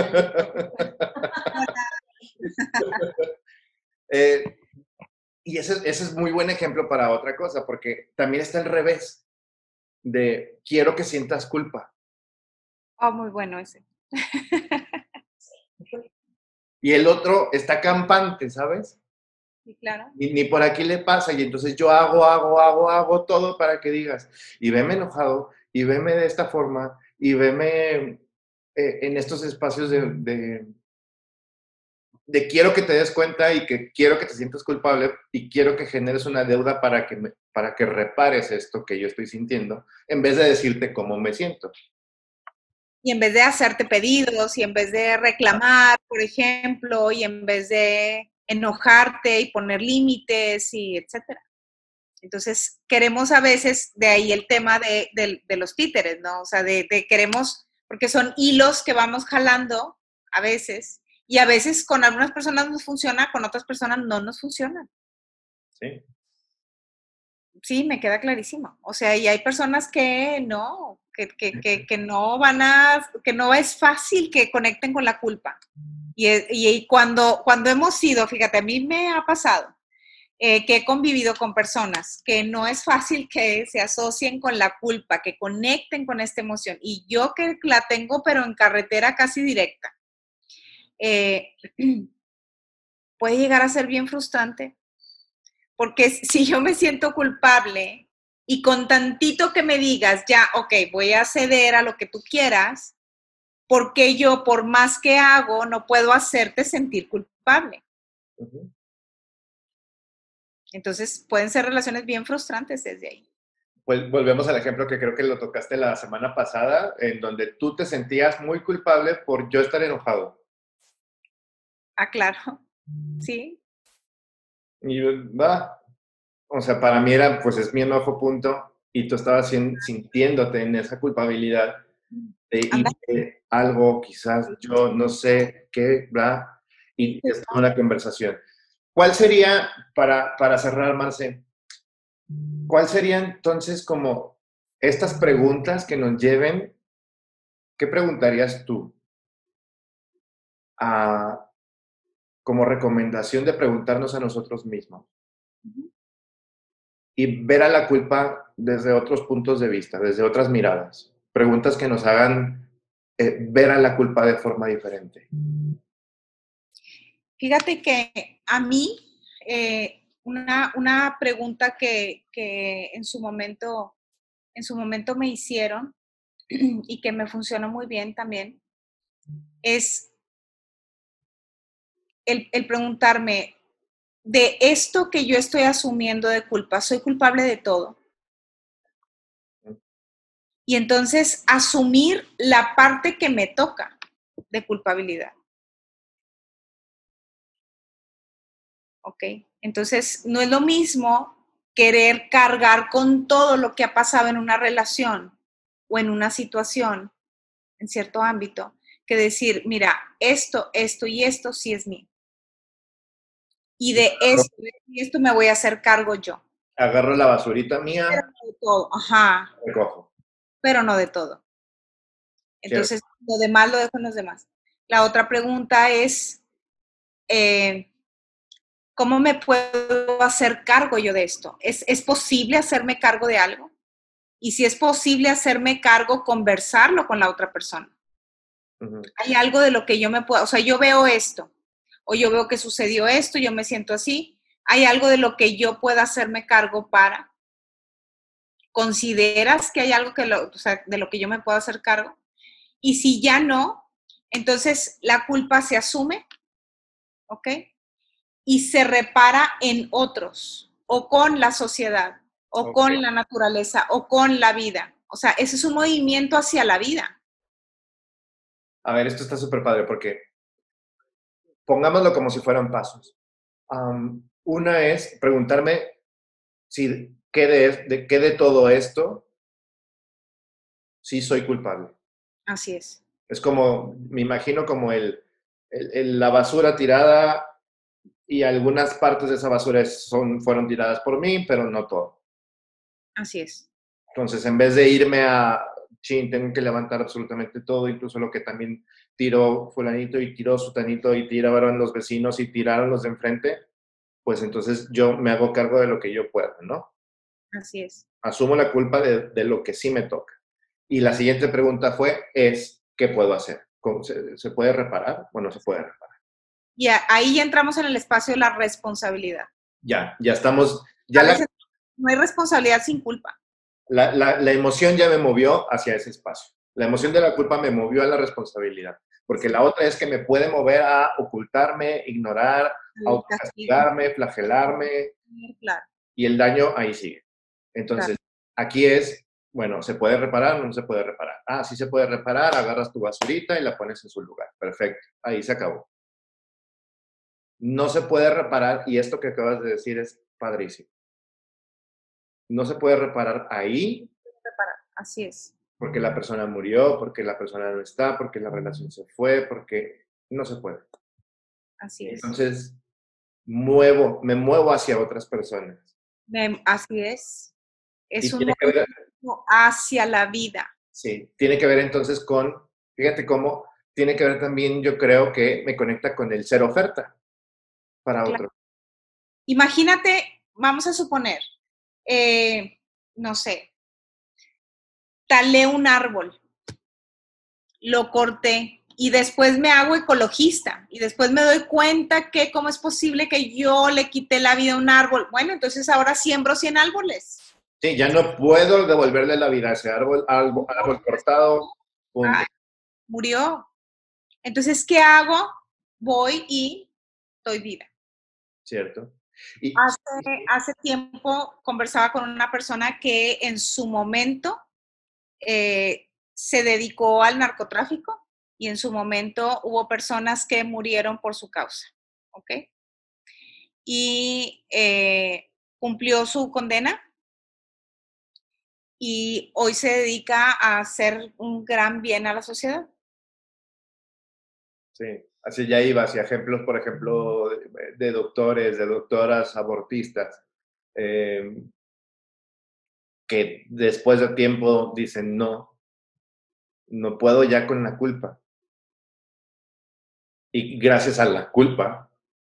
Y ese es muy buen ejemplo para otra cosa, porque también está el revés de quiero que sientas culpa. Oh, muy bueno ese. Y el otro está campante, ¿sabes? Sí, claro. Ni por aquí le pasa, y entonces yo hago todo para que digas, y veme enojado, y veme de esta forma y veme en estos espacios de quiero que te des cuenta y que quiero que te sientas culpable y quiero que generes una deuda para que repares esto que yo estoy sintiendo, en vez de decirte cómo me siento. Y en vez de hacerte pedidos, y en vez de reclamar, por ejemplo, y en vez de enojarte y poner límites, y etcétera. Entonces, queremos a veces, de ahí el tema de los títeres, ¿no? O sea, queremos, porque son hilos que vamos jalando a veces, y a veces con algunas personas nos funciona, con otras personas no nos funciona. Sí. Sí, me queda clarísimo. O sea, y hay personas que no, que no van a, que no es fácil que conecten con la culpa. Y cuando hemos sido, fíjate, a mí me ha pasado que he convivido con personas que no es fácil que se asocien con la culpa, que conecten con esta emoción. Y yo que la tengo, pero en carretera casi directa, puede llegar a ser bien frustrante. Porque si yo me siento culpable y con tantito que me digas, ya, ok, voy a ceder a lo que tú quieras, porque yo, por más que hago, no puedo hacerte sentir culpable. Uh-huh. Entonces, pueden ser relaciones bien frustrantes desde ahí. Pues volvemos al ejemplo que creo que lo tocaste la semana pasada, en donde tú te sentías muy culpable por yo estar enojado. Ah, claro, sí. Y va, o sea, para mí era, pues es mi enojo, punto, y tú estabas sintiéndote en esa culpabilidad Anda. de algo, quizás yo no sé qué, ¿verdad? Y es una conversación. ¿Cuál sería, para cerrar, Marce, cuál sería entonces como estas preguntas que nos lleven, qué preguntarías tú como recomendación de preguntarnos a nosotros mismos? Y ver a la culpa desde otros puntos de vista, desde otras miradas. Preguntas que nos hagan ver a la culpa de forma diferente. Fíjate que a mí, una pregunta que en su momento me hicieron y que me funcionó muy bien también, es el preguntarme, de esto que yo estoy asumiendo de culpa, ¿soy culpable de todo? Y entonces asumir la parte que me toca de culpabilidad. ¿Ok? Entonces, no es lo mismo querer cargar con todo lo que ha pasado en una relación o en una situación, en cierto ámbito, que decir, mira, esto y esto sí es mío. Y de esto y esto me voy a hacer cargo yo. Agarro la basurita mía, Pero no de todo, ajá, recojo. pero no de todo. Cierto. Entonces, lo demás lo dejo en los demás. La otra pregunta es, ¿cómo me puedo hacer cargo yo de esto? ¿Es posible hacerme cargo de algo? Y si es posible hacerme cargo, conversarlo con la otra persona. Uh-huh. Hay algo de lo que yo me puedo, o sea, yo veo esto, o yo veo que sucedió esto, yo me siento así. Hay algo de lo que yo pueda hacerme cargo para. ¿Consideras que hay algo o sea, de lo que yo me puedo hacer cargo? Y si ya no, entonces la culpa se asume, ¿ok? Y se repara en otros, o con la sociedad, o Okay. con la naturaleza, o con la vida. O sea, ese es un movimiento hacia la vida. A ver, esto está súper padre porque pongámoslo como si fueran pasos. Una es preguntarme si qué de todo esto sí soy culpable. Así es. Es como, me imagino como la basura tirada y algunas partes de esa basura fueron tiradas por mí, pero no todo. Así es. Entonces, en vez de irme chin, tengo que levantar absolutamente todo, incluso lo que también tiró fulanito y tiró sutanito y tiraron los vecinos y tiraron los de enfrente, pues entonces yo me hago cargo de lo que yo pueda, ¿no? Así es. Asumo la culpa de lo que sí me toca. Y la siguiente pregunta ¿qué puedo hacer? ¿Se puede reparar? Bueno, se puede reparar. Y ahí ya entramos en el espacio de la responsabilidad. Ya estamos, A veces no hay responsabilidad sin culpa. La emoción ya me movió hacia ese espacio. La emoción de la culpa me movió a la responsabilidad. Porque la otra es que me puede mover a ocultarme, ignorar, autocastigarme, flagelarme. Claro. Y el daño ahí sigue. Entonces, aquí es, bueno, ¿se puede reparar o no se puede reparar? Ah, sí se puede reparar, agarras tu basurita y la pones en su lugar. Perfecto, ahí se acabó. No se puede reparar, y esto que acabas de decir es padrísimo. No se puede reparar ahí. Así es. Porque la persona murió, porque la persona no está, porque la relación se fue, porque no se puede. Así es. Entonces, me muevo hacia otras personas. Así es. Es un ver, hacia la vida. Sí, tiene que ver entonces con, fíjate cómo, tiene que ver también, yo creo que me conecta con el ser oferta para otro. Imagínate, vamos a suponer, no sé, talé un árbol, lo corté y después me hago ecologista y después me doy cuenta que cómo es posible que yo le quité la vida a un árbol. Bueno, entonces ahora siembro 100 árboles. Sí, ya no puedo devolverle la vida a ese árbol cortado. Ay, murió. Entonces, ¿qué hago? Voy y doy vida. Cierto. Y hace tiempo conversaba con una persona que en su momento se dedicó al narcotráfico y en su momento hubo personas que murieron por su causa, ¿ok? Y cumplió su condena y hoy se dedica a hacer un gran bien a la sociedad. Sí, así ya iba hacia ejemplos, por ejemplo, de doctores, de doctoras abortistas, que después de tiempo dicen, no puedo ya con la culpa. Y gracias a la culpa,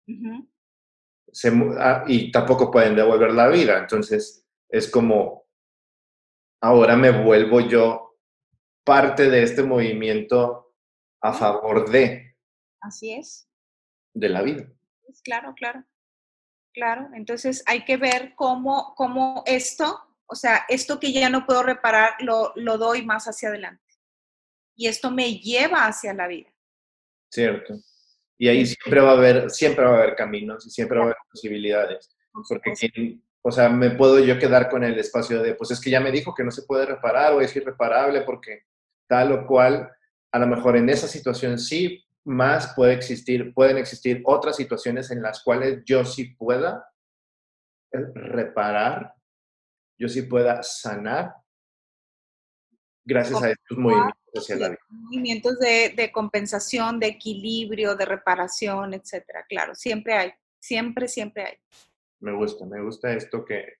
y tampoco pueden devolver la vida. Entonces, es como, ahora me vuelvo yo parte de este movimiento a favor de. Así es. De la vida. Claro. Entonces, hay que ver cómo esto, o sea, esto que ya no puedo reparar, lo doy más hacia adelante. Y esto me lleva hacia la vida. Cierto. Y ahí siempre va a haber caminos y siempre va a haber posibilidades. Porque, o sea, me puedo yo quedar con el espacio de, pues es que ya me dijo que no se puede reparar o es irreparable porque tal o cual, a lo mejor en esa situación sí, más pueden existir otras situaciones en las cuales yo sí pueda reparar, yo sí pueda sanar gracias a estos movimientos hacia la vida. Movimientos de compensación, de equilibrio, de reparación, etcétera. Claro, siempre hay. Siempre hay. Me gusta esto que,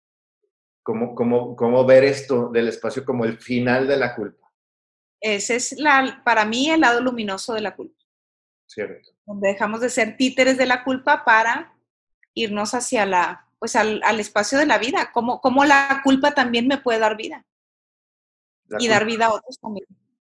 cómo ver esto del espacio como el final de la culpa. Ese es para mí el lado luminoso de la culpa. Cierto. Donde dejamos de ser títeres de la culpa para irnos hacia al espacio de la vida. Cómo la culpa también me puede dar vida. Dar vida a otros también.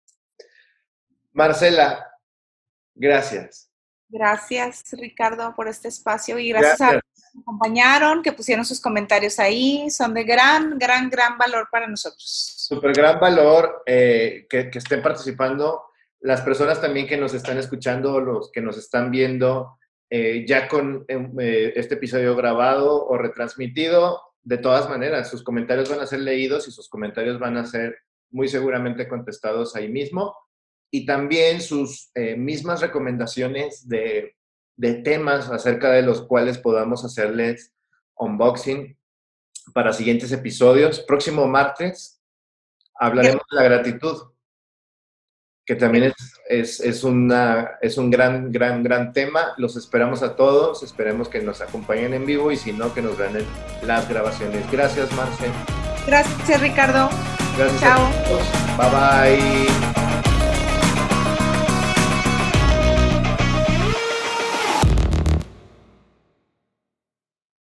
Marcela, gracias. Gracias, Ricardo, por este espacio y gracias a los que me acompañaron, que pusieron sus comentarios ahí. Son de gran valor para nosotros. Súper gran valor que estén participando. Las personas también que nos están escuchando, los que nos están viendo, ya con este episodio grabado o retransmitido, de todas maneras, sus comentarios van a ser leídos y sus comentarios van a ser muy seguramente contestados ahí mismo. Y también sus mismas recomendaciones de temas acerca de los cuales podamos hacerles unboxing para siguientes episodios. Próximo martes hablaremos de la gratitud, que también es un gran tema. Los esperamos a todos, esperemos que nos acompañen en vivo y si no, que nos vean en las grabaciones. Gracias, Marce. Gracias, Ricardo. Gracias. Chao. A todos. Bye, bye.